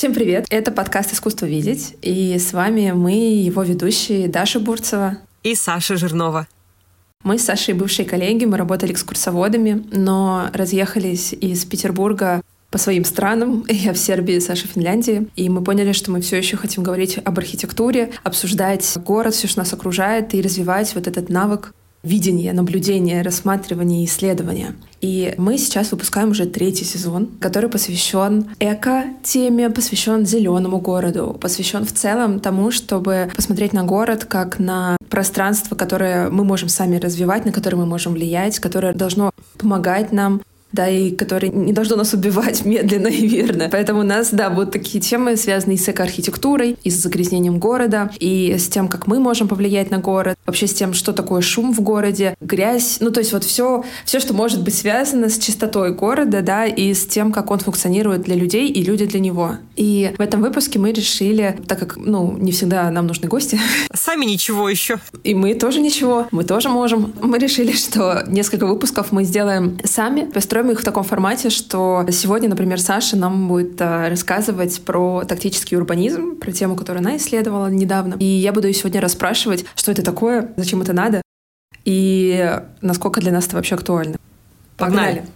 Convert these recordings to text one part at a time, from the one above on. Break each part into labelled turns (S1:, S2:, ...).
S1: Всем привет! Это подкаст «Искусство видеть», и с вами мы, его ведущие Даша Бурцева
S2: и Саша Жирнова.
S1: Мы с Сашей бывшие коллеги, мы работали экскурсоводами, но разъехались из Петербурга по своим странам. Я в Сербии, Саша в Финляндии. И мы поняли, что мы все еще хотим говорить об архитектуре, обсуждать город, все, что нас окружает, и развивать вот этот навык видения, наблюдения, рассматривания и исследования. И мы сейчас выпускаем уже 3-й сезон, который посвящен эко-теме, посвящен зеленому городу, посвящен в целом тому, чтобы посмотреть на город как на пространство, которое мы можем сами развивать, на которое мы можем влиять, которое должно помогать нам, да, и которое не должно нас убивать медленно и верно. Поэтому у нас, да, будут такие темы, связанные с экоархитектурой, и с загрязнением города, и с тем, как мы можем повлиять на город, вообще с тем, что такое шум в городе, грязь, то есть вот все, что может быть связано с чистотой города, да, и с тем, как он функционирует для людей и люди для него. И в этом выпуске мы решили, так как, не всегда нам нужны гости.
S2: Сами ничего еще.
S1: И мы тоже ничего, мы тоже можем. Мы решили, что несколько выпусков мы сделаем сами, построим их в таком формате, что сегодня, например, Саша нам будет рассказывать про тактический урбанизм, про тему, которую она исследовала недавно. И я буду ее сегодня расспрашивать, что это такое, зачем это надо и насколько для нас это вообще актуально. Погнали!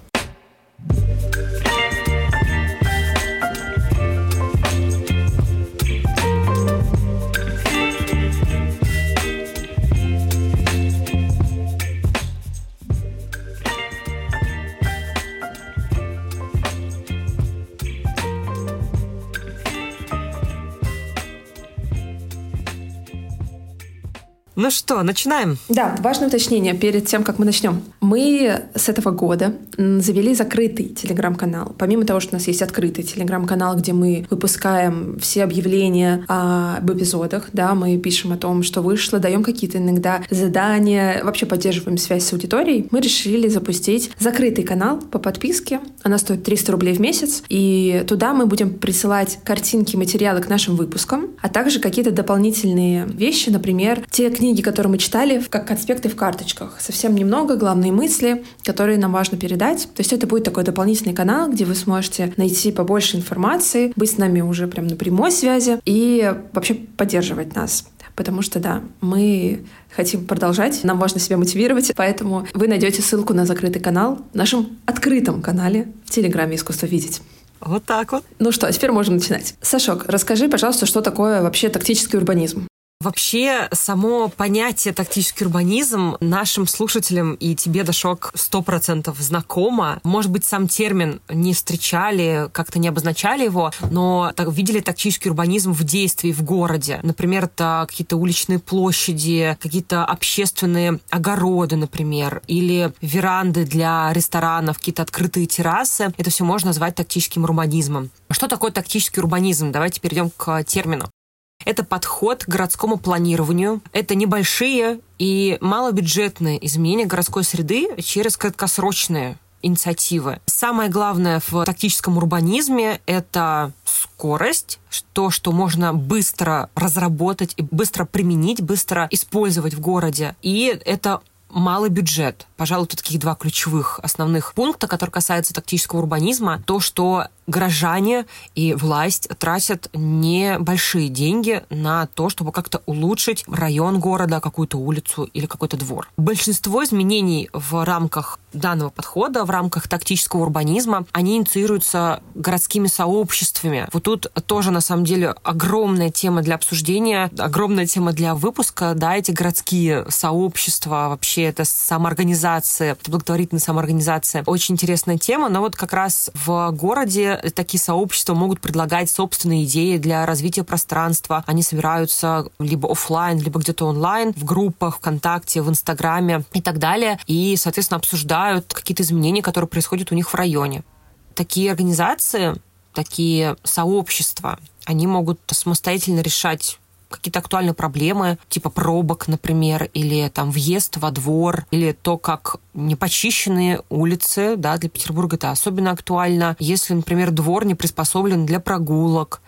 S2: Ну что, начинаем?
S1: Да, важное уточнение перед тем, как мы начнем. Мы с этого года завели закрытый телеграм-канал. Помимо того, что у нас есть открытый телеграм-канал, где мы выпускаем все объявления об эпизодах, да, мы пишем о том, что вышло, даем какие-то иногда задания, вообще поддерживаем связь с аудиторией, мы решили запустить закрытый канал по подписке. Она стоит 300 рублей в месяц, и туда мы будем присылать картинки, материалы к нашим выпускам, а также какие-то дополнительные вещи, например, те книги, которые мы читали, как конспекты в карточках. Совсем немного, главные мысли, которые нам важно передать. То есть это будет такой дополнительный канал, где вы сможете найти побольше информации, быть с нами уже прям на прямой связи и вообще поддерживать нас. Потому что, да, мы хотим продолжать, нам важно себя мотивировать, поэтому вы найдете ссылку на закрытый канал в нашем открытом канале в Телеграме «Искусство видеть».
S2: Вот так вот.
S1: Ну что, теперь можем начинать. Сашок, расскажи, пожалуйста, что такое вообще тактический урбанизм?
S2: Вообще, само понятие тактический урбанизм нашим слушателям и тебе, Дашок, 100% знакомо. Может быть, сам термин не встречали, как-то не обозначали его, но видели тактический урбанизм в действии в городе. Например, это какие-то уличные площади, какие-то общественные огороды, например, или веранды для ресторанов, какие-то открытые террасы. Это все можно назвать тактическим урбанизмом. Что такое тактический урбанизм? Давайте перейдем к термину. Это подход к городскому планированию. Это небольшие и малобюджетные изменения городской среды через краткосрочные инициативы. Самое главное в тактическом урбанизме — это скорость, то, что можно быстро разработать и быстро применить, быстро использовать в городе. И это малый бюджет. Пожалуй, это таких 2 ключевых основных пункта, которые касаются тактического урбанизма. То, что горожане и власть тратят небольшие деньги на то, чтобы как-то улучшить район города, какую-то улицу или какой-то двор. Большинство изменений в рамках данного подхода, в рамках тактического урбанизма, они инициируются городскими сообществами. Вот тут тоже, на самом деле, огромная тема для обсуждения, огромная тема для выпуска, да, эти городские сообщества, вообще это самоорганизация, это благотворительная самоорганизация. Очень интересная тема, но вот как раз в городе такие сообщества могут предлагать собственные идеи для развития пространства. Они собираются либо офлайн, либо где-то онлайн, в группах, ВКонтакте, в Инстаграме и так далее. И, соответственно, обсуждают какие-то изменения, которые происходят у них в районе. Такие организации, такие сообщества, они могут самостоятельно решать какие-то актуальные проблемы, типа пробок, например, или там въезд во двор, или то, как непочищенные улицы, да, для Петербурга это особенно актуально. Если, например, двор не приспособлен для прогулок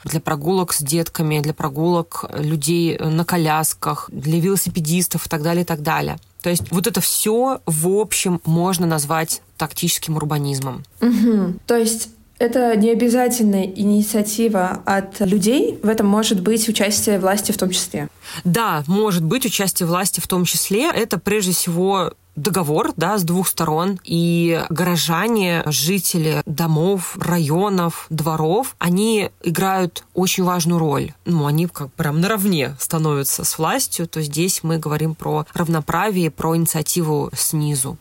S2: с детками, для прогулок людей на колясках, для велосипедистов и так далее, и так далее. То есть вот это все в общем можно назвать тактическим урбанизмом.
S1: Угу. То есть Это не обязательная инициатива от людей, в этом может быть участие власти в том числе.
S2: Да, может быть участие власти в том числе. Это прежде всего договор, да, с двух сторон, и горожане, жители домов, районов, дворов, они играют очень важную роль. Они как прям наравне становятся с властью, то здесь мы говорим про равноправие, про инициативу снизу.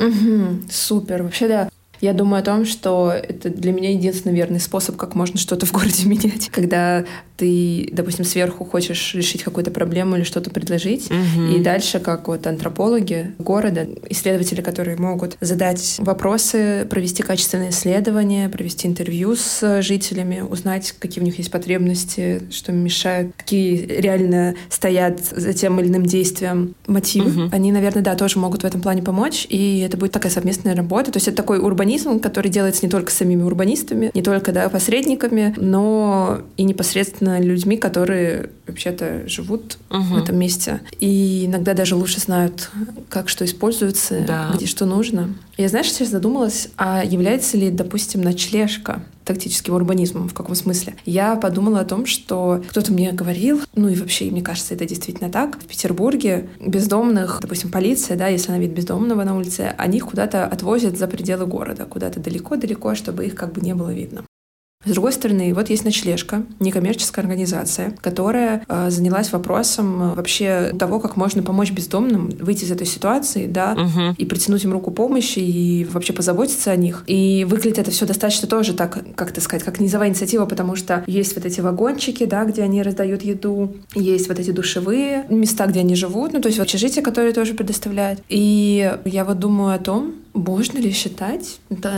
S1: Супер. Вообще, да. Я думаю о том, что это для меня единственный верный способ, как можно что-то в городе менять. Когда ты, допустим, сверху хочешь решить какую-то проблему или что-то предложить, и дальше, как вот антропологи города, исследователи, которые могут задать вопросы, провести качественные исследования, провести интервью с жителями, узнать, какие у них есть потребности, что им мешает, какие реально стоят за тем или иным действием мотивы. Они, наверное, да, тоже могут в этом плане помочь, и это будет такая совместная работа. То есть это такой урбанизм, который делается не только самими урбанистами, не только, да, посредниками, но и непосредственно людьми, которые вообще-то живут в этом месте. И иногда даже лучше знают, как что используется, где что нужно. Я, знаешь, сейчас задумалась, а является ли, допустим, ночлежка тактическим урбанизмом? В каком смысле? Я подумала о том, что кто-то мне говорил, и вообще, мне кажется, это действительно так. В Петербурге бездомных, допустим, полиция, да, если она видит бездомного на улице, они их куда-то отвозят за пределы города, куда-то далеко-далеко, чтобы их как бы не было видно. С другой стороны, вот есть ночлежка, некоммерческая организация, которая занялась вопросом вообще того, как можно помочь бездомным выйти из этой ситуации, да, и протянуть им руку помощи, и вообще позаботиться о них. И выглядит это все достаточно тоже так, как сказать, как низовая инициатива, потому что есть вот эти вагончики, да, где они раздают еду, есть вот эти душевые места, где они живут, то есть общежития, которые тоже предоставляют. И я вот думаю о том, можно ли считать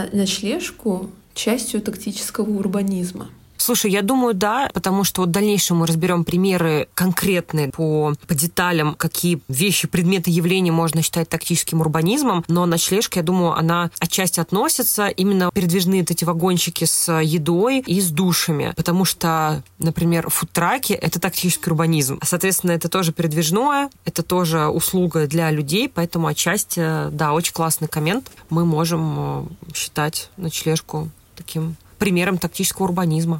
S1: ночлежку частью тактического урбанизма.
S2: Слушай, я думаю, да, потому что в дальнейшем мы разберем примеры конкретные по деталям, какие вещи, предметы, явления можно считать тактическим урбанизмом, но ночлежка, я думаю, она отчасти относится именно передвижные эти вагончики с едой и с душами, потому что, например, фудтраки — это тактический урбанизм. Соответственно, это тоже передвижное, это тоже услуга для людей, поэтому отчасти, да, очень классный коммент. Мы можем считать ночлежку таким примером тактического урбанизма.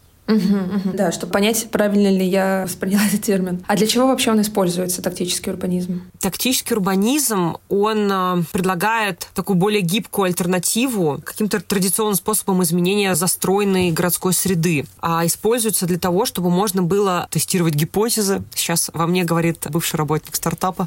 S1: Да, чтобы понять, правильно ли я восприняла этот термин. А для чего вообще он используется, тактический урбанизм?
S2: Тактический урбанизм, он предлагает такую более гибкую альтернативу каким-то традиционным способом изменения застроенной городской среды. А используется для того, чтобы можно было тестировать гипотезы. Сейчас во мне говорит бывший работник стартапа.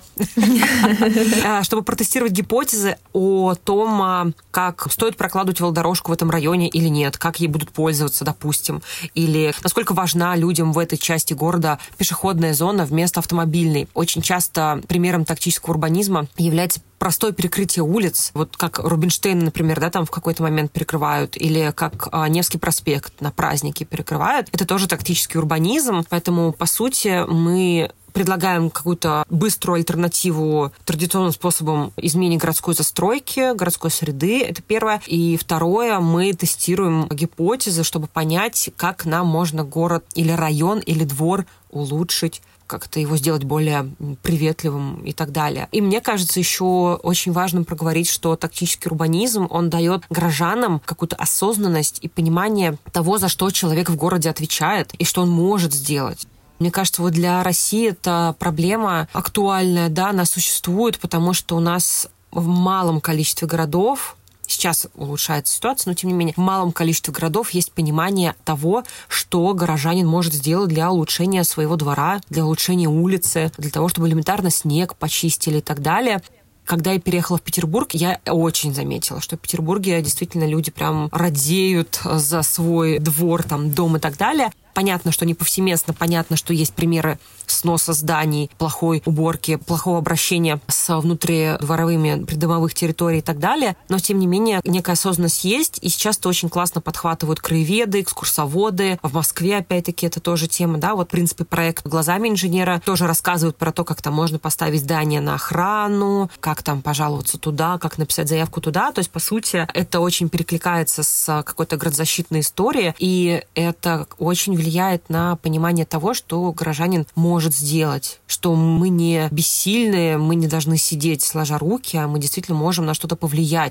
S2: Чтобы протестировать гипотезы о том, как стоит прокладывать велодорожку в этом районе или нет, как ей будут пользоваться, допустим, или насколько важна людям в этой части города пешеходная зона вместо автомобильной. Очень часто примером тактического урбанизма является простое перекрытие улиц, вот как Рубинштейн, например, да, там в какой-то момент перекрывают, или как Невский проспект на праздники перекрывают. Это тоже тактический урбанизм, поэтому, по сути, мы предлагаем какую-то быструю альтернативу традиционным способам изменения городской застройки, городской среды. Это первое. И второе, мы тестируем гипотезы, чтобы понять, как нам можно город или район, или двор улучшить, как-то его сделать более приветливым и так далее. И мне кажется, еще очень важно проговорить, что тактический урбанизм, он дает горожанам какую-то осознанность и понимание того, за что человек в городе отвечает и что он может сделать. Мне кажется, вот для России эта проблема актуальная, да, она существует, потому что у нас в малом количестве городов, сейчас улучшается ситуация, но тем не менее в малом количестве городов есть понимание того, что горожанин может сделать для улучшения своего двора, для улучшения улицы, для того, чтобы элементарно снег почистили и так далее. Когда я переехала в Петербург, я очень заметила, что в Петербурге действительно люди прям радеют за свой двор, там, дом и так далее. Понятно, что не повсеместно, понятно, что есть примеры сноса зданий, плохой уборки, плохого обращения с внутридворовыми придомовых территорий и так далее. Но, тем не менее, некая осознанность есть, и сейчас это очень классно подхватывают краеведы, экскурсоводы. В Москве, опять-таки, это тоже тема, да, вот, в принципе, проект «Глазами инженера» тоже рассказывают про то, как там можно поставить здание на охрану, как там пожаловаться туда, как написать заявку туда. То есть, по сути, это очень перекликается с какой-то градозащитной историей, и это очень влияет на понимание того, что горожанин может сделать, что мы не бессильны, мы не должны сидеть сложа руки, а мы действительно можем на что-то повлиять.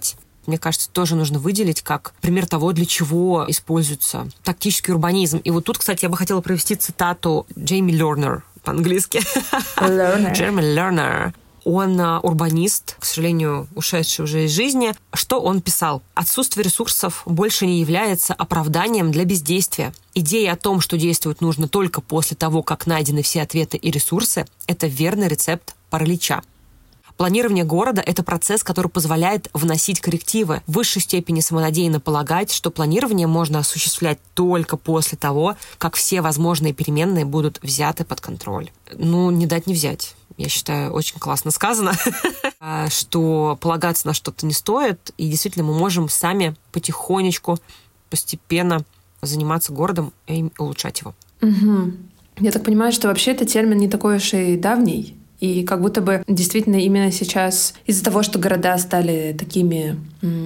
S2: мне кажется, тоже нужно выделить как пример того, для чего используется тактический урбанизм. И вот тут, кстати, я бы хотела провести цитату Джейми Лернер по-английски. Джейми Лернер. Он урбанист, к сожалению, ушедший уже из жизни. Что он писал? «Отсутствие ресурсов больше не является оправданием для бездействия. Идея о том, что действовать нужно только после того, как найдены все ответы и ресурсы, это верный рецепт паралича. Планирование города – это процесс, который позволяет вносить коррективы. В высшей степени самонадеянно полагать, что планирование можно осуществлять только после того, как все возможные переменные будут взяты под контроль». Ну, не дать не взять. Я считаю, очень классно сказано, что полагаться на что-то не стоит, и действительно мы можем сами потихонечку, постепенно заниматься городом и улучшать его.
S1: Угу. Я так понимаю, что вообще этот термин не такой уж и давний, и как будто бы действительно именно сейчас из-за того, что города стали такими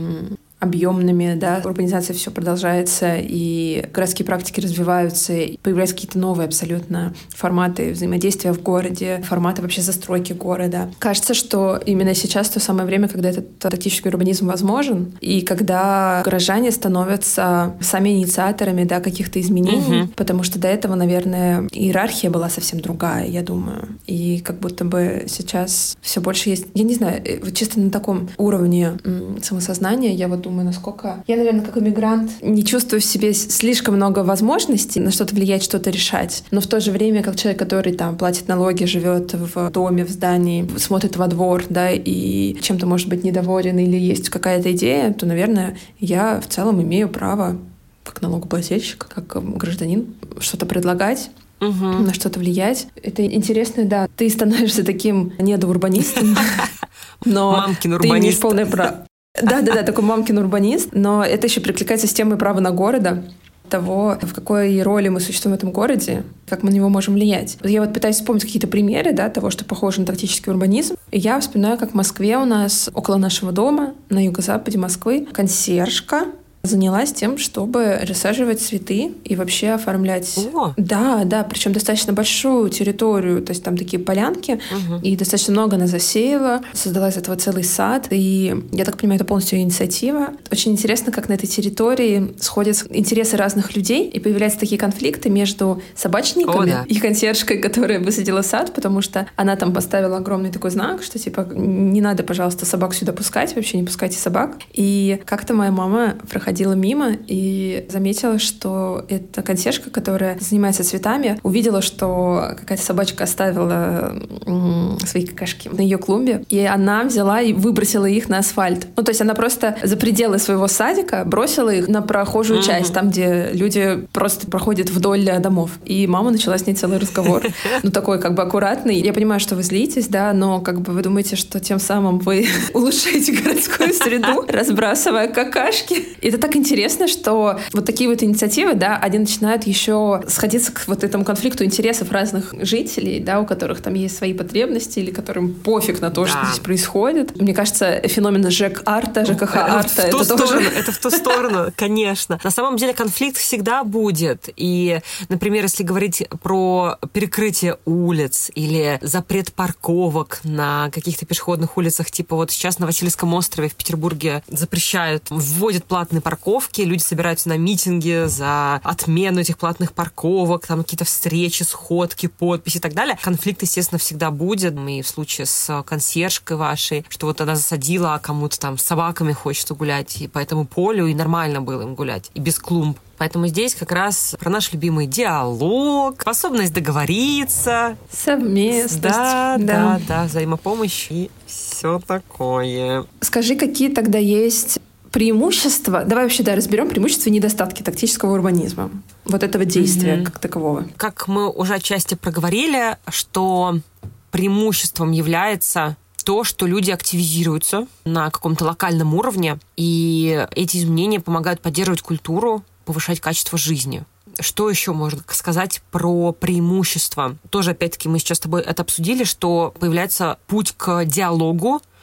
S1: объемными, да, урбанизация все продолжается, и городские практики развиваются, и появляются какие-то новые абсолютно форматы взаимодействия в городе, форматы вообще застройки города. Кажется, что именно сейчас то самое время, когда этот тактический урбанизм возможен, и когда горожане становятся сами инициаторами, да, каких-то изменений, потому что до этого, наверное, иерархия была совсем другая, я думаю. И как будто бы сейчас все больше есть, я не знаю, вот чисто на таком уровне самосознания, я вот думаю, насколько... Я, наверное, как иммигрант не чувствую в себе слишком много возможностей на что-то влиять, что-то решать. Но в то же время, как человек, который там платит налоги, живет в доме, в здании, смотрит во двор, да, и чем-то, может быть, недоволен или есть какая-то идея, то, наверное, я в целом имею право, как налогоплательщик, как гражданин, что-то предлагать, на что-то влиять. Это интересно, да. Ты становишься таким недоурбанистом, но ты имеешь полное право. Да-да-да, такой мамкин урбанист, но это еще перекликается с темой права на города, того, в какой роли мы существуем в этом городе, как мы на него можем влиять. Я вот пытаюсь вспомнить какие-то примеры, да, того, что похоже на тактический урбанизм. И я вспоминаю, как в Москве у нас, около нашего дома, на юго-западе Москвы, консьержка занялась тем, чтобы рассаживать цветы и вообще оформлять... Да, причем достаточно большую территорию, то есть там такие полянки, и достаточно много она засеяла, создала из этого целый сад, и я так понимаю, это полностью ее инициатива. Очень интересно, как на этой территории сходятся интересы разных людей, и появляются такие конфликты между собачниками и консьержкой, которая высадила сад, потому что она там поставила огромный такой знак, что типа не надо, пожалуйста, собак сюда пускать, вообще не пускайте собак. И как-то моя мама проходила мимо и заметила, что эта консьержка, которая занимается цветами, увидела, что какая-то собачка оставила свои какашки на ее клумбе, и она взяла и выбросила их на асфальт. Ну, то есть она просто за пределы своего садика бросила их на прохожую часть, там, где люди просто проходят вдоль домов. И мама начала с ней целый разговор. Ну, такой как бы аккуратный. Я понимаю, что вы злитесь, да, но как бы вы думаете, что тем самым вы улучшаете городскую среду, разбрасывая какашки. Это так интересно, что вот такие вот инициативы, да, они начинают еще сходиться к вот этому конфликту интересов разных жителей, да, у которых там есть свои потребности или которым пофиг на то, что здесь происходит. Мне кажется, феномен ЖК-арта, ЖКХ-арта, это тоже...
S2: Это в ту сторону, конечно. На самом деле конфликт всегда будет. И, например, если говорить про перекрытие улиц или запрет парковок на каких-то пешеходных улицах, типа вот сейчас на Васильевском острове в Петербурге запрещают, вводят платные парковки, люди собираются на митинги за отмену этих платных парковок, там какие-то встречи, сходки, подписи и так далее. Конфликт, естественно, всегда будет. И в случае с консьержкой вашей, что вот она засадила, а кому-то там с собаками хочется гулять, и по этому полю, и нормально было им гулять, и без клумб. Поэтому здесь как раз про наш любимый диалог, способность договориться.
S1: Совместность.
S2: Да, взаимопомощь и все такое.
S1: Скажи, какие тогда есть преимущества? Давай вообще, разберем преимущества и недостатки тактического урбанизма. Вот этого действия как такового.
S2: Как мы уже отчасти проговорили, что преимуществом является то, что люди активизируются на каком-то локальном уровне, и эти изменения помогают поддерживать культуру, повышать качество жизни. Что еще можно сказать про преимущества? Тоже, опять-таки, мы сейчас с тобой это обсудили, что появляется путь к диалогу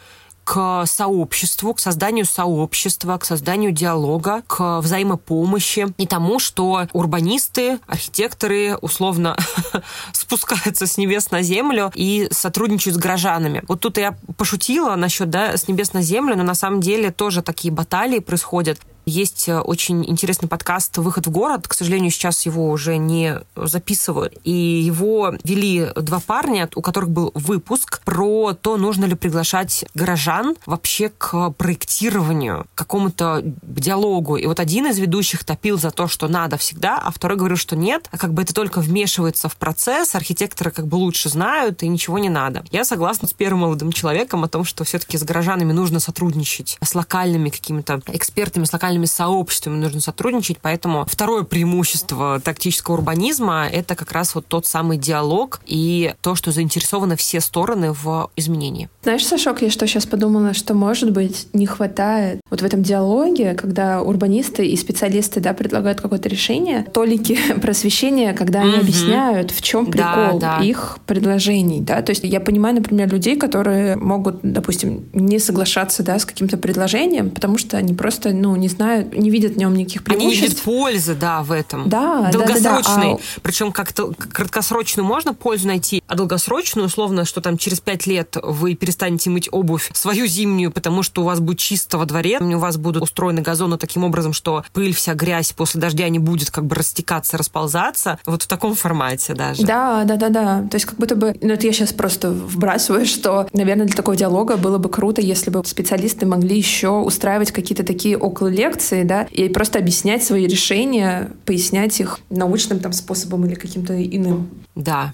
S2: к сообществу, к созданию сообщества, к созданию диалога, к взаимопомощи и тому, что урбанисты, архитекторы условно спускаются с небес на землю и сотрудничают с горожанами. Вот тут я пошутила насчет, с небес на землю, но на самом деле тоже такие баталии происходят. Есть очень интересный подкаст «Выход в город». К сожалению, сейчас его уже не записывают. И его вели два парня, у которых был выпуск про то, нужно ли приглашать горожан вообще к проектированию, к какому-то диалогу. И вот один из ведущих топил за то, что надо всегда, а второй говорил, что нет, а это только вмешивается в процесс, архитекторы лучше знают, и ничего не надо. Я согласна с первым молодым человеком о том, что все-таки с горожанами нужно сотрудничать, с локальными какими-то экспертами, с локальными сообществами нужно сотрудничать, поэтому второе преимущество тактического урбанизма — это как раз вот тот самый диалог и то, что заинтересованы все стороны в изменении.
S1: Знаешь, Сашок, я что сейчас подумала, что, может быть, не хватает вот в этом диалоге, когда урбанисты и специалисты, предлагают какое-то решение, толики просвещения, когда они объясняют, в чем прикол их предложений, То есть я понимаю, например, людей, которые могут, допустим, не соглашаться, с каким-то предложением, потому что они просто, не знают, не видят в нем никаких преимуществ.
S2: Они не видят пользы, в этом.
S1: Долгосрочной.
S2: Причем как-то краткосрочную можно пользу найти, а долгосрочную, условно, что там через 5 лет вы перестанете мыть обувь свою зимнюю, потому что у вас будет чисто во дворе, у вас будут устроены газоны таким образом, что пыль, вся грязь после дождя не будет растекаться, расползаться. Вот в таком формате даже.
S1: Да. То есть как будто бы... это я сейчас просто вбрасываю, что, наверное, для такого диалога было бы круто, если бы специалисты могли еще устраивать какие-то такие около лекции, и просто объяснять свои решения, пояснять их научным способом или каким-то иным.
S2: Да,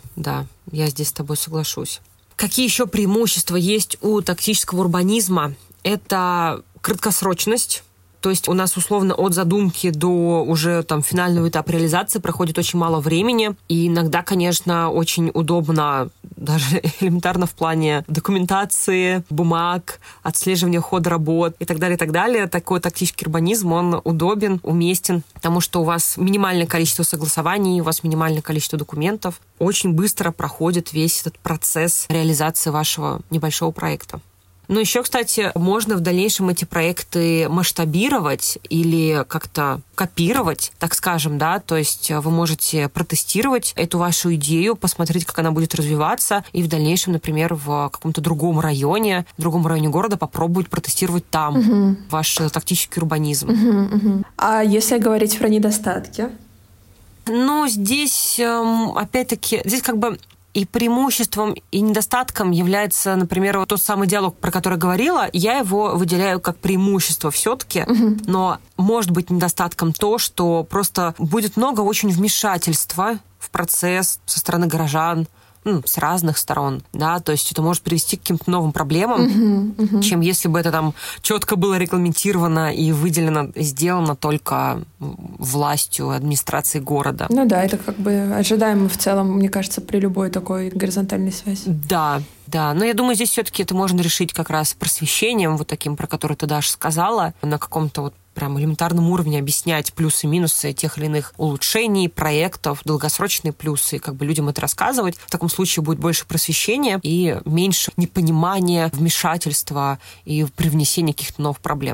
S2: я здесь с тобой соглашусь. Какие еще преимущества есть у тактического урбанизма? Это краткосрочность. То есть у нас условно от задумки до уже финального этапа реализации проходит очень мало времени. И иногда, конечно, очень удобно, даже элементарно в плане документации, бумаг, отслеживания хода работ и так далее, и так далее. Такой тактический урбанизм, он удобен, уместен, потому что у вас минимальное количество согласований, у вас минимальное количество документов. Очень быстро проходит весь этот процесс реализации вашего небольшого проекта. Но еще, кстати, можно в дальнейшем эти проекты масштабировать или как-то копировать, так скажем, то есть вы можете протестировать эту вашу идею, посмотреть, как она будет развиваться, и в дальнейшем, например, в каком-то другом районе города попробовать протестировать там ваш тактический урбанизм.
S1: А если говорить про недостатки?
S2: Здесь, опять-таки, и преимуществом, и недостатком является, например, тот самый диалог, про который говорила. Я его выделяю как преимущество все-таки, но может быть недостатком то, что просто будет много очень вмешательства в процесс со стороны горожан, с разных сторон, то есть это может привести к каким-то новым проблемам, чем если бы это четко было регламентировано и выделено, сделано только властью администрации города.
S1: Это ожидаемо в целом, мне кажется, при любой такой горизонтальной связи.
S2: Да, но я думаю, здесь все-таки это можно решить как раз просвещением, вот таким, про который ты, Даша, сказала, на каком-то прям элементарном уровне объяснять плюсы и минусы тех или иных улучшений, проектов, долгосрочные плюсы, и людям это рассказывать. В таком случае будет больше просвещения и меньше непонимания, вмешательства и привнесения каких-то новых проблем.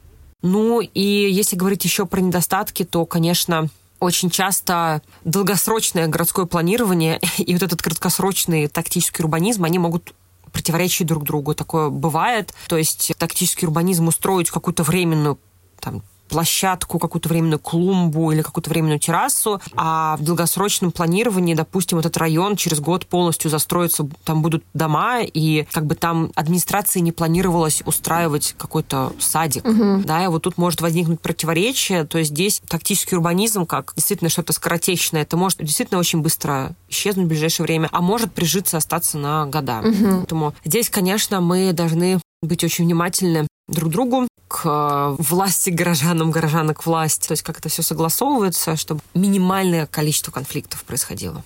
S2: И если говорить еще про недостатки, то, конечно, очень часто долгосрочное городское планирование и вот этот краткосрочный тактический урбанизм, они могут противоречить друг другу. Такое бывает. То есть тактический урбанизм устроить какую-то временную площадку, какую-то временную клумбу или какую-то временную террасу, а в долгосрочном планировании, допустим, этот район через год полностью застроится, там будут дома, и там администрации не планировалось устраивать какой-то садик. И вот тут может возникнуть противоречие, то есть здесь тактический урбанизм, как действительно что-то скоротечное, это может действительно очень быстро исчезнуть в ближайшее время, а может прижиться, остаться на года. Поэтому здесь, конечно, мы должны быть очень внимательны друг к другу, к власти горожанам, горожанам к власти. То есть как это все согласовывается, чтобы минимальное количество конфликтов происходило.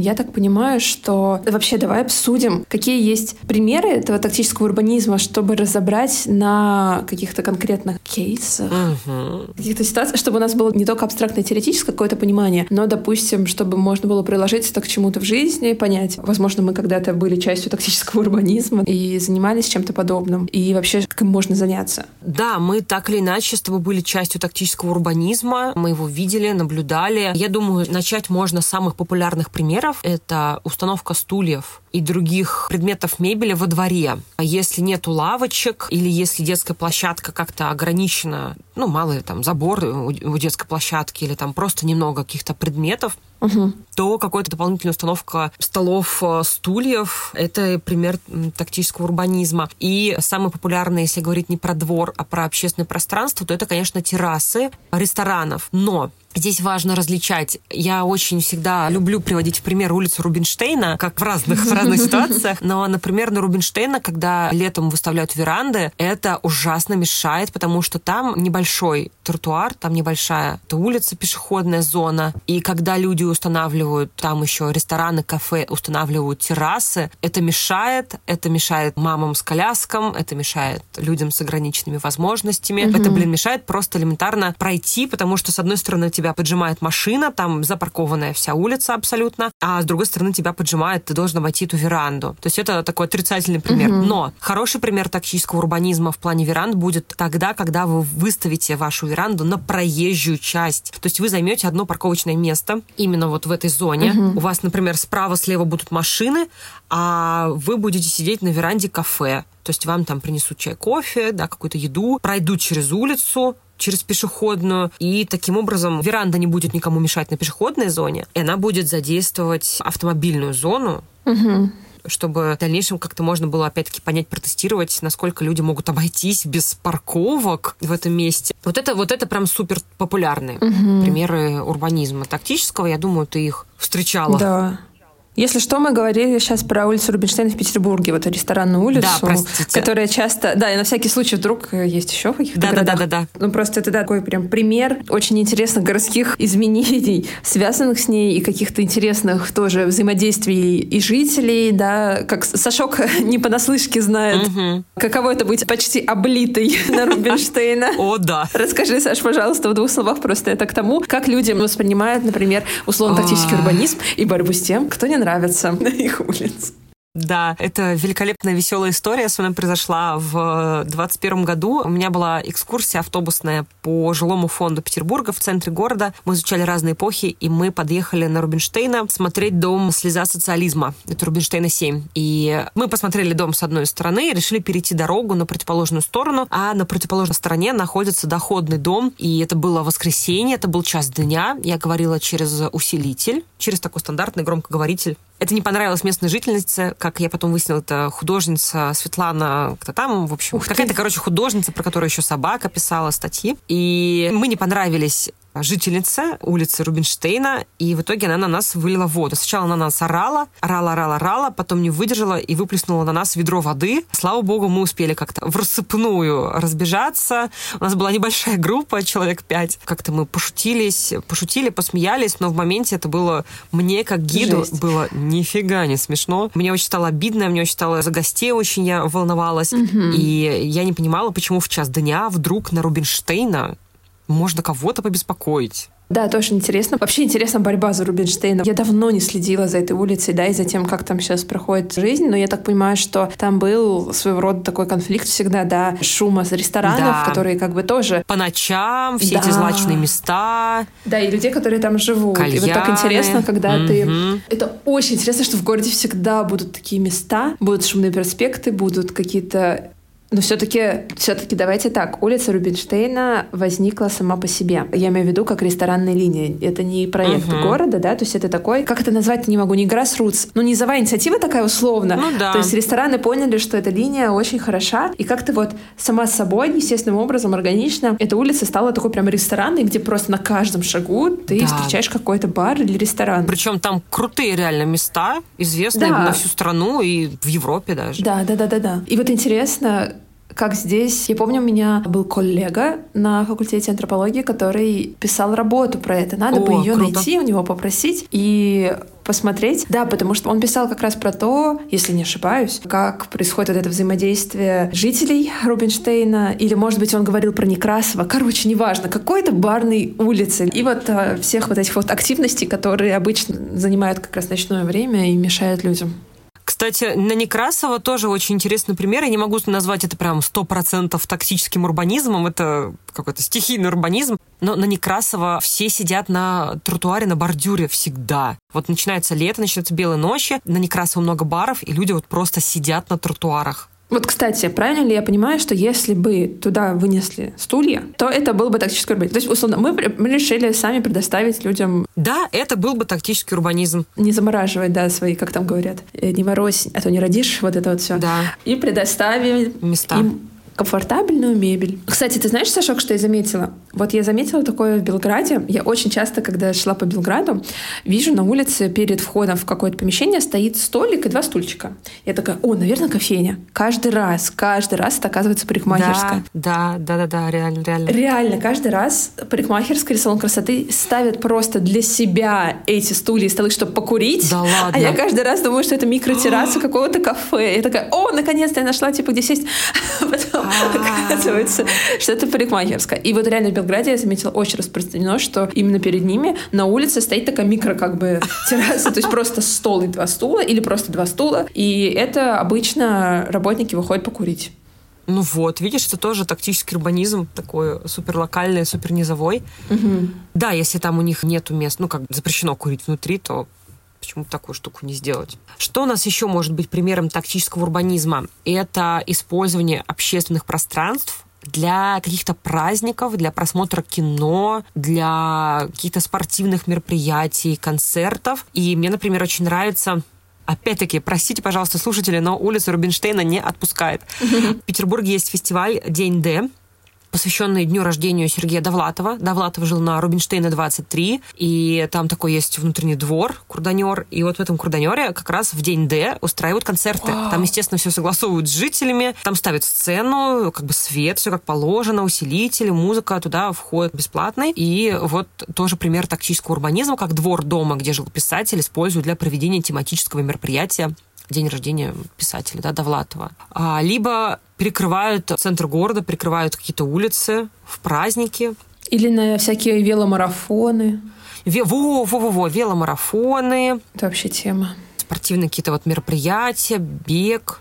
S1: я так понимаю, что вообще давай обсудим, какие есть примеры этого тактического урбанизма, чтобы разобрать на каких-то конкретных кейсах, каких-то ситуациях, чтобы у нас было не только абстрактное теоретическое какое-то понимание, но, допустим, чтобы можно было приложить это к чему-то в жизни, понять, возможно, мы когда-то были частью тактического урбанизма и занимались чем-то подобным, и вообще, как им можно заняться.
S2: Да, мы так или иначе с тобой были частью тактического урбанизма, мы его видели, наблюдали. Я думаю, начать можно с самых популярных примеров. Это установка стульев и других предметов мебели во дворе. А если нету лавочек или если детская площадка как-то ограничена, мало там забор у детской площадки или там просто немного каких-то предметов, то какая-то дополнительная установка столов, стульев — это пример тактического урбанизма. И самый популярный, если говорить не про двор, а про общественное пространство, то это, конечно, террасы ресторанов. Но здесь важно различать. Я очень всегда люблю приводить в пример улицу Рубинштейна, как в разных ситуациях. Но, например, на Рубинштейна, когда летом выставляют веранды, это ужасно мешает, потому что там небольшой тротуар, там небольшая улица, пешеходная зона. И когда люди устанавливают там еще рестораны, кафе, устанавливают террасы, это мешает мамам с коляском, это мешает людям с ограниченными возможностями. Это, мешает просто элементарно пройти, потому что, с одной стороны, тебя поджимает машина, там запаркованная вся улица абсолютно, а с другой стороны тебя поджимает, ты должен обойти эту веранду. То есть это такой отрицательный пример. Но хороший пример тактического урбанизма в плане веранд будет тогда, когда вы выставите вашу веранду на проезжую часть. То есть вы займете одно парковочное место именно вот в этой зоне. У вас, например, справа-слева будут машины, а вы будете сидеть на веранде кафе. То есть вам там принесут чай, кофе, какую-то еду, пройдут через улицу, через пешеходную, и таким образом веранда не будет никому мешать на пешеходной зоне, и она будет задействовать автомобильную зону, чтобы в дальнейшем как-то можно было, опять-таки, понять, протестировать, насколько люди могут обойтись без парковок в этом месте. Вот это прям супер популярные примеры урбанизма тактического. Я думаю, ты их встречала.
S1: Да. Если что, мы говорили сейчас про улицу Рубинштейна в Петербурге, вот ресторанную улицу, которая часто... Да, и на всякий случай вдруг есть еще в каких-то городах.
S2: Да.
S1: Просто это такой прям пример очень интересных городских изменений, связанных с ней, и каких-то интересных тоже взаимодействий и жителей, да, как Сашок не понаслышке знает, каково это быть почти облитой на Рубинштейна.
S2: О, да.
S1: Расскажи, Саш, пожалуйста, в 2 словах просто это к тому, как люди воспринимают, например, условно-тактический урбанизм и борьбу с тем, кто не нравится на их улице.
S2: Да, это великолепная, веселая история. Со мной произошла в 2021 году. У меня была экскурсия автобусная по жилому фонду Петербурга в центре города. Мы изучали разные эпохи, и мы подъехали на Рубинштейна смотреть дом «Слеза социализма». Это Рубинштейна 7. И мы посмотрели дом с одной стороны и решили перейти дорогу на противоположную сторону, а на противоположной стороне находится доходный дом. И это было воскресенье, это был час дня. Я говорила через усилитель, через такой стандартный громкоговоритель. Это не понравилось местной жительнице. Как я потом выяснила, это художница Светлана, кто там, в общем, какая-то, художница, про которую еще собака писала статьи. И мы не понравились жительница улицы Рубинштейна, и в итоге она на нас вылила воду. Сначала она на нас орала, потом не выдержала и выплеснула на нас ведро воды. Слава богу, мы успели как-то в рассыпную разбежаться. У нас была небольшая группа, человек 5. Как-то мы пошутили, посмеялись, но в моменте это было мне, как гиду, было нифига не смешно. Мне очень стало обидно, мне очень стало за гостей очень я волновалась. И я не понимала, почему в час дня вдруг на Рубинштейна можно кого-то побеспокоить.
S1: Да, тоже интересно. Вообще интересна борьба за Рубинштейна. Я давно не следила за этой улицей, да, и за тем, как там сейчас проходит жизнь, но я так понимаю, что там был своего рода такой конфликт всегда, да, шума с ресторанов, которые как бы тоже...
S2: По ночам, все эти злачные места.
S1: Да, и людей, которые там живут.
S2: Кальяны.
S1: И вот так интересно, когда ты... Это очень интересно, что в городе всегда будут такие места, будут шумные проспекты, будут какие-то... Но все-таки давайте так. Улица Рубинштейна возникла сама по себе. Я имею в виду как ресторанная линия. Это не проект города, да, то есть это такой, как это назвать, не могу, не grassroots, низовая инициатива такая условно. То есть рестораны поняли, что эта линия очень хороша, и как-то вот сама с собой, естественным образом, органично, эта улица стала такой прям ресторанной, где просто на каждом шагу ты встречаешь какой-то бар или ресторан.
S2: Причем там крутые реально места, известные на всю страну и в Европе даже.
S1: Да. И вот интересно, как здесь... Я помню, у меня был коллега на факультете антропологии, который писал работу про это. Надо бы ее найти, у него попросить. И посмотреть. Да, потому что он писал как раз про то, если не ошибаюсь, как происходит вот это взаимодействие жителей Рубинштейна, или, может быть, он говорил про Некрасова. Короче, неважно, какой-то барной улицы. И вот всех вот этих вот активностей, которые обычно занимают как раз ночное время и мешают людям.
S2: Кстати, на Некрасова тоже очень интересный пример. Я не могу назвать это прям 100% тактическим урбанизмом. Это какой-то стихийный урбанизм. Но на Некрасова все сидят на тротуаре, на бордюре всегда. Вот начинается лето, начинаются белые ночи. На Некрасова много баров, и люди вот просто сидят на тротуарах.
S1: Вот, кстати, правильно ли я понимаю, что если бы туда вынесли стулья, то это был бы тактический урбанизм? То есть, условно, мы решили сами предоставить людям...
S2: Да, это был бы тактический урбанизм.
S1: Не замораживать, да, свои, как там говорят, не морозь, а то не родишь, вот это вот все.
S2: Да.
S1: И предоставим
S2: места.
S1: Им комфортабельную мебель. Кстати, ты знаешь, Сашок, что я заметила? Вот я заметила такое в Белграде. Я очень часто, когда шла по Белграду, вижу на улице перед входом в какое-то помещение стоит столик и 2 стульчика. Я такая, наверное, кофейня. Каждый раз это оказывается парикмахерская.
S2: Да, реально.
S1: Реально, каждый раз парикмахерская или салон красоты ставят просто для себя эти стулья и столы, чтобы покурить.
S2: Да ладно.
S1: А я каждый раз думаю, что это микротерраса какого-то кафе. Я такая, наконец-то я нашла, где сесть. Потом оказывается, что это парикмахерская. И вот реально в Белграде я заметила, очень распространено, что именно перед ними на улице стоит такая терраса, то есть просто стол и 2 стула, или просто 2 стула, и это обычно работники выходят покурить.
S2: Ну вот, видишь, это тоже тактический урбанизм, такой суперлокальный, супернизовой. Угу. Да, если там у них нету мест, запрещено курить внутри, то почему такую штуку не сделать? Что у нас еще может быть примером тактического урбанизма? Это использование общественных пространств для каких-то праздников, для просмотра кино, для каких-то спортивных мероприятий, концертов. И мне, например, очень нравится... Опять-таки, простите, пожалуйста, слушатели, но улица Рубинштейна не отпускает. В Петербурге есть фестиваль «День Д», посвященный дню рождения Сергея Довлатова. Довлатов жил на Рубинштейна 23, и там такой есть внутренний двор, курданер, и вот в этом курданере как раз в день Д устраивают концерты. Там, естественно, все согласовывают с жителями, там ставят сцену, свет, все как положено, усилители, музыка туда входит бесплатный. И вот тоже пример тактического урбанизма, как двор дома, где жил писатель, используют для проведения тематического мероприятия день рождения писателя, Довлатова. Либо перекрывают центр города, перекрывают какие-то улицы в праздники.
S1: Или на всякие веломарафоны.
S2: Веломарафоны.
S1: Это вообще тема.
S2: Спортивные какие-то мероприятия, бег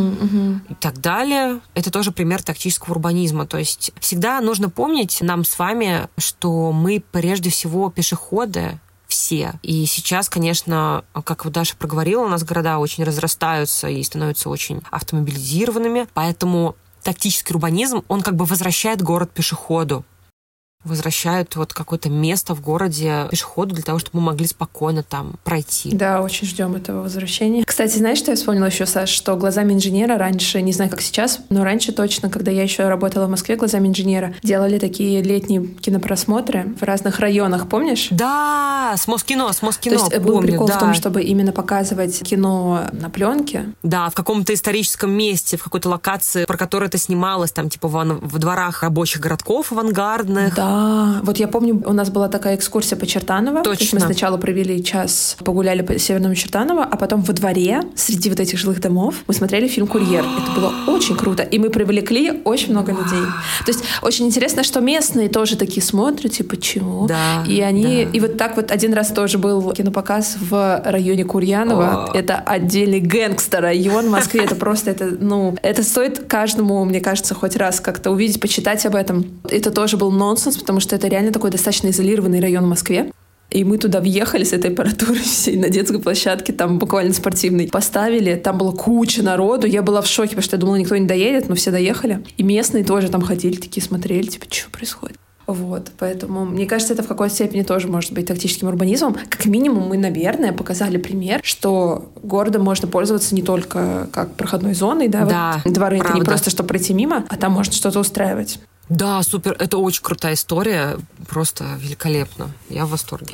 S2: и так далее. Это тоже пример тактического урбанизма. То есть всегда нужно помнить нам с вами, что мы прежде всего пешеходы, все. И сейчас, конечно, как вот Даша проговорила, у нас города очень разрастаются и становятся очень автомобилизированными, поэтому тактический урбанизм, он возвращает город пешеходу. Возвращают какое-то место в городе пешеходу для того, чтобы мы могли спокойно там пройти.
S1: Да, очень ждем этого возвращения. Кстати, знаешь, что я вспомнила еще, Саш, что «Глазами инженера» раньше, не знаю, как сейчас, но раньше точно, когда я еще работала в Москве, «Глазами инженера» делали такие летние кинопросмотры в разных районах, помнишь?
S2: Да, с Москино. То
S1: есть был прикол в том, чтобы именно показывать кино на пленке.
S2: Да, в каком-то историческом месте, в какой-то локации, про которую это снималось, там, в дворах рабочих городков авангардных.
S1: Да. Вот я помню, у нас была такая экскурсия по Чертаново.
S2: Точно.
S1: То есть мы сначала провели час, погуляли по Северному Чертаново, а потом во дворе, среди вот этих жилых домов, мы смотрели фильм «Курьер». Это было очень круто. И мы привлекли очень много людей. То есть очень интересно, что местные тоже такие смотрят, чего?
S2: Да,
S1: и они... И вот так вот один раз тоже был кинопоказ в районе Курьянова. Это отдельный гэнгстер-район в Москве. Это просто, это стоит каждому, мне кажется, хоть раз как-то увидеть, почитать об этом. Это тоже был нонсенс, потому что это реально такой достаточно изолированный район в Москве. И мы туда въехали с этой аппаратурой всей на детской площадке, там буквально спортивной. Поставили, там была куча народу. Я была в шоке, потому что я думала, никто не доедет, но все доехали. И местные тоже там ходили, такие смотрели, что происходит. Вот, поэтому, мне кажется, это в какой-то степени тоже может быть тактическим урбанизмом. Как минимум, мы, наверное, показали пример, что городом можно пользоваться не только как проходной зоной,
S2: да,
S1: дворы,
S2: правда.
S1: Это не просто, чтобы пройти мимо, а там можно что-то устраивать.
S2: Да, супер, это очень крутая история, просто великолепно, я в восторге.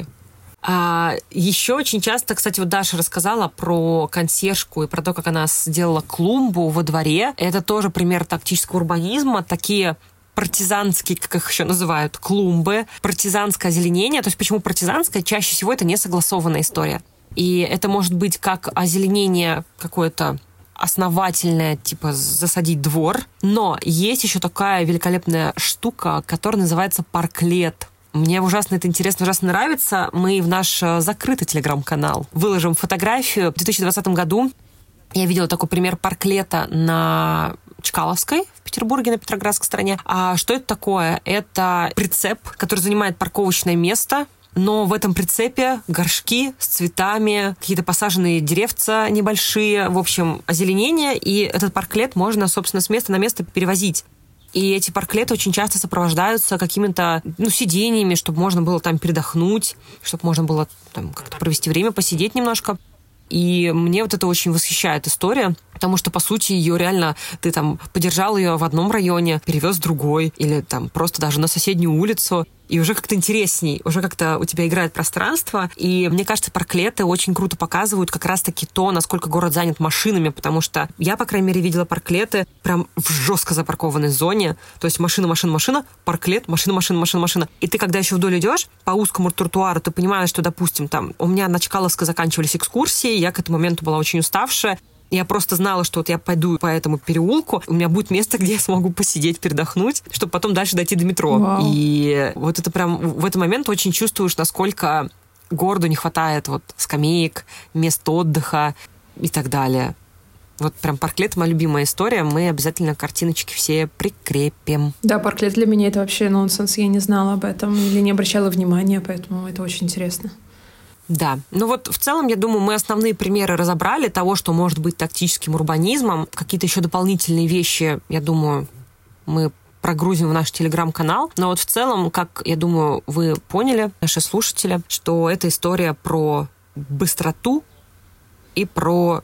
S2: Еще очень часто, кстати, вот Даша рассказала про консьержку и про то, как она сделала клумбу во дворе. Это тоже пример тактического урбанизма, такие партизанские, как их еще называют, клумбы, партизанское озеленение. То есть почему партизанское? Чаще всего это не согласованная история. И это может быть как озеленение какое-то основательное, типа засадить двор. Но есть еще такая великолепная штука, которая называется парклет. Мне ужасно это интересно, ужасно нравится. Мы в наш закрытый телеграм-канал выложим фотографию. В 2020 году я видела такой пример парклета на Чкаловской в Петербурге, на Петроградской стороне. А что это такое? Это прицеп, который занимает парковочное место, но в этом прицепе горшки с цветами, какие-то посаженные деревца небольшие, в общем, озеленение, и этот парклет можно, собственно, с места на место перевозить. И эти парклеты очень часто сопровождаются какими-то сидениями, чтобы можно было там передохнуть, чтобы можно было там как-то провести время, посидеть немножко. И мне вот это очень восхищает история, потому что, по сути, ее реально ты там подержал ее в одном районе, перевез в другой, или там просто даже на соседнюю улицу, и уже как-то интересней, уже как-то у тебя играет пространство. И мне кажется, парклеты очень круто показывают как раз-таки то, насколько город занят машинами, потому что я, по крайней мере, видела парклеты прям в жестко запаркованной зоне. То есть машина, парклет, машина. И ты, когда еще вдоль идешь по узкому тротуару, ты понимаешь, что, допустим, там у меня на Чкаловской заканчивались экскурсии, я к этому моменту была очень уставшая. Я просто знала, что вот я пойду по этому переулку, у меня будет место, где я смогу посидеть, передохнуть, чтобы потом дальше дойти до метро.
S1: Вау.
S2: И вот это прям в этот момент очень чувствуешь, насколько городу не хватает вот скамеек, мест отдыха и так далее. Вот прям парклет — моя любимая история. Мы обязательно картиночки все прикрепим.
S1: Да, парклет для меня — это вообще нонсенс. Я не знала об этом или не обращала внимания, поэтому это очень интересно.
S2: Да. Ну вот в целом, я думаю, мы основные примеры разобрали того, что может быть тактическим урбанизмом. Какие-то еще дополнительные вещи, я думаю, мы прогрузим в наш телеграм-канал. Но вот в целом, как, я думаю, вы поняли, наши слушатели, что это история про быстроту и про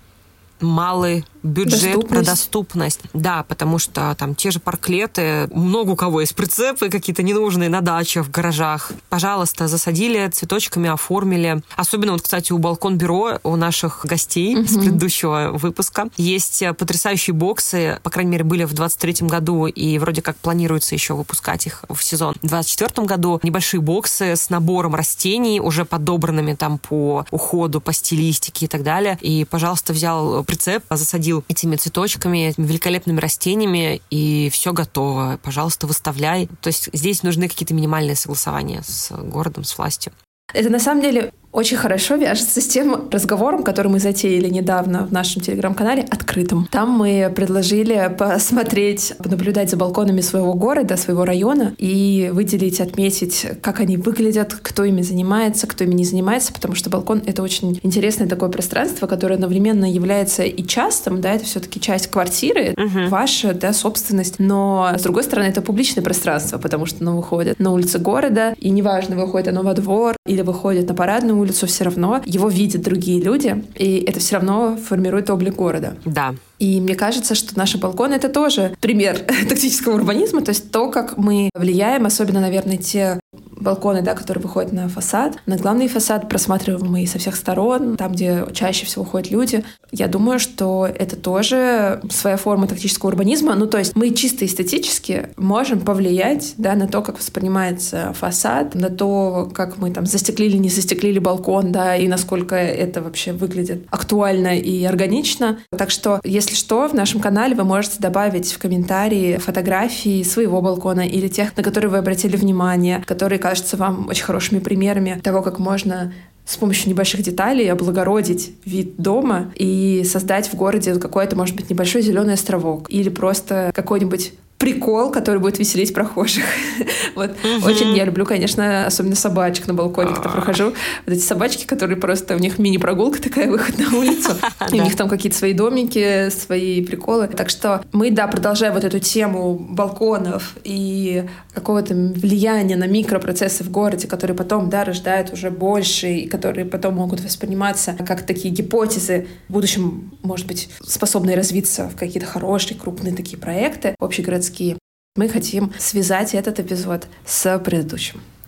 S2: малый бюджет, про доступность. Да, потому что там те же парклеты, много у кого есть прицепы какие-то ненужные на дачах, в гаражах. Пожалуйста, засадили цветочками, оформили. Особенно вот, кстати, у Балкон-бюро, у наших гостей с предыдущего выпуска есть потрясающие боксы. По крайней мере, были в 2023 году, и вроде как планируется еще выпускать их в сезон. В 2024 году небольшие боксы с набором растений, уже подобранными там по уходу, по стилистике и так далее. И, пожалуйста, взял прицеп, засадил этими цветочками, этими великолепными растениями, и все готово. Пожалуйста, выставляй. То есть здесь нужны какие-то минимальные согласования с городом, с властью.
S1: Это на самом деле очень хорошо вяжется с тем разговором, который мы затеяли недавно в нашем телеграм-канале «Открытым». Там мы предложили посмотреть, понаблюдать за балконами своего города, своего района и выделить, отметить, как они выглядят, кто ими занимается, кто ими не занимается, потому что балкон — это очень интересное такое пространство, которое одновременно является и частным, да, это все-таки часть квартиры, ваша, да, собственность, но, с другой стороны, это публичное пространство, потому что оно выходит на улицы города, и неважно, выходит оно во двор или выходит на парадную улицу, все равно его видят другие люди, и это все равно формирует облик города.
S2: Да.
S1: И мне кажется, что наши балконы — это тоже пример тактического урбанизма, то есть то, как мы влияем, особенно, наверное, те балконы, да, которые выходят на фасад, на главный фасад, просматриваемый со всех сторон, там, где чаще всего ходят люди. Я думаю, что это тоже своя форма тактического урбанизма. Ну, то есть мы чисто эстетически можем повлиять, да, на то, как воспринимается фасад, на то, как мы там застеклили, не застеклили балкон, да, и насколько это вообще выглядит актуально и органично. Так что, если что, в нашем канале вы можете добавить в комментарии фотографии своего балкона или тех, на которые вы обратили внимание, которые кажутся вам очень хорошими примерами того, как можно с помощью небольших деталей облагородить вид дома и создать в городе какой-то, может быть, небольшой зеленый островок или просто какой-нибудь прикол, который будет веселить прохожих. Вот. Очень я люблю, конечно, особенно собачек на балконе, когда прохожу. Вот эти собачки, которые просто... У них мини-прогулка такая, выход на улицу. И у них там какие-то свои домики, свои приколы. Так что мы, да, продолжаем вот эту тему балконов и какого-то влияния на микропроцессы в городе, которые потом, да, рождают уже больше, и которые потом могут восприниматься как такие гипотезы, в будущем, может быть, способные развиться в какие-то хорошие, крупные такие проекты общегородские. Мы хотим связать этот эпизод с предыдущим.
S2: Да.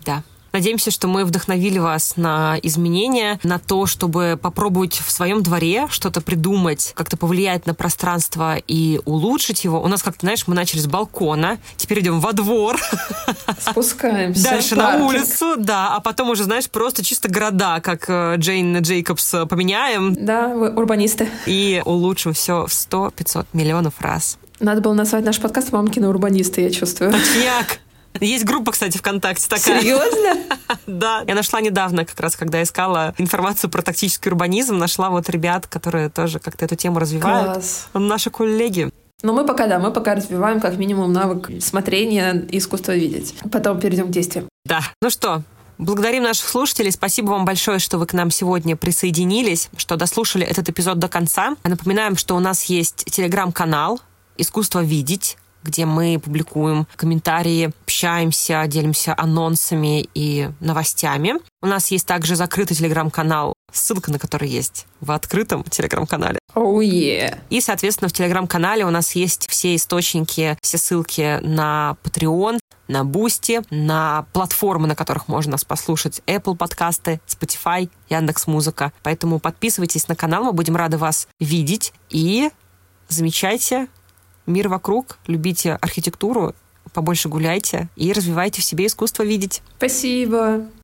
S2: Надеемся, что мы вдохновили вас на изменения, на то, чтобы попробовать в своем дворе что-то придумать, как-то повлиять на пространство и улучшить его. У нас как-то, знаешь, мы начали с балкона, теперь идем во двор.
S1: Спускаемся.
S2: Дальше на улицу, да, а потом уже, знаешь, просто чисто города, как Джейн Джейкобс, поменяем.
S1: Да, вы урбанисты.
S2: И улучшим все в 100-500 миллионов раз.
S1: Надо было назвать наш подкаст «Мамкины урбанисты», я чувствую.
S2: Точняк. Есть группа, кстати, ВКонтакте такая.
S1: Серьезно?
S2: Да. Я нашла недавно, как раз, когда искала информацию про тактический урбанизм, нашла вот ребят, которые тоже как-то эту тему развивают.
S1: Класс.
S2: Наши коллеги.
S1: Но мы пока развиваем как минимум навык смотрения и искусства видеть. Потом перейдем к действиям.
S2: Да. Ну что, благодарим наших слушателей. Спасибо вам большое, что вы к нам сегодня присоединились, что дослушали этот эпизод до конца. Напоминаем, что у нас есть телеграм-канал «Искусство видеть», где мы публикуем комментарии, общаемся, делимся анонсами и новостями. У нас есть также закрытый телеграм-канал, ссылка на который есть в открытом телеграм-канале.
S1: Oh, yeah.
S2: И, соответственно, в телеграм-канале у нас есть все источники, все ссылки на Patreon, на Boosty, на платформы, на которых можно нас послушать. Apple подкасты, Spotify, Яндекс.Музыка. Поэтому подписывайтесь на канал, мы будем рады вас видеть. И замечайте мир вокруг, любите архитектуру, побольше гуляйте и развивайте в себе искусство видеть.
S1: Спасибо.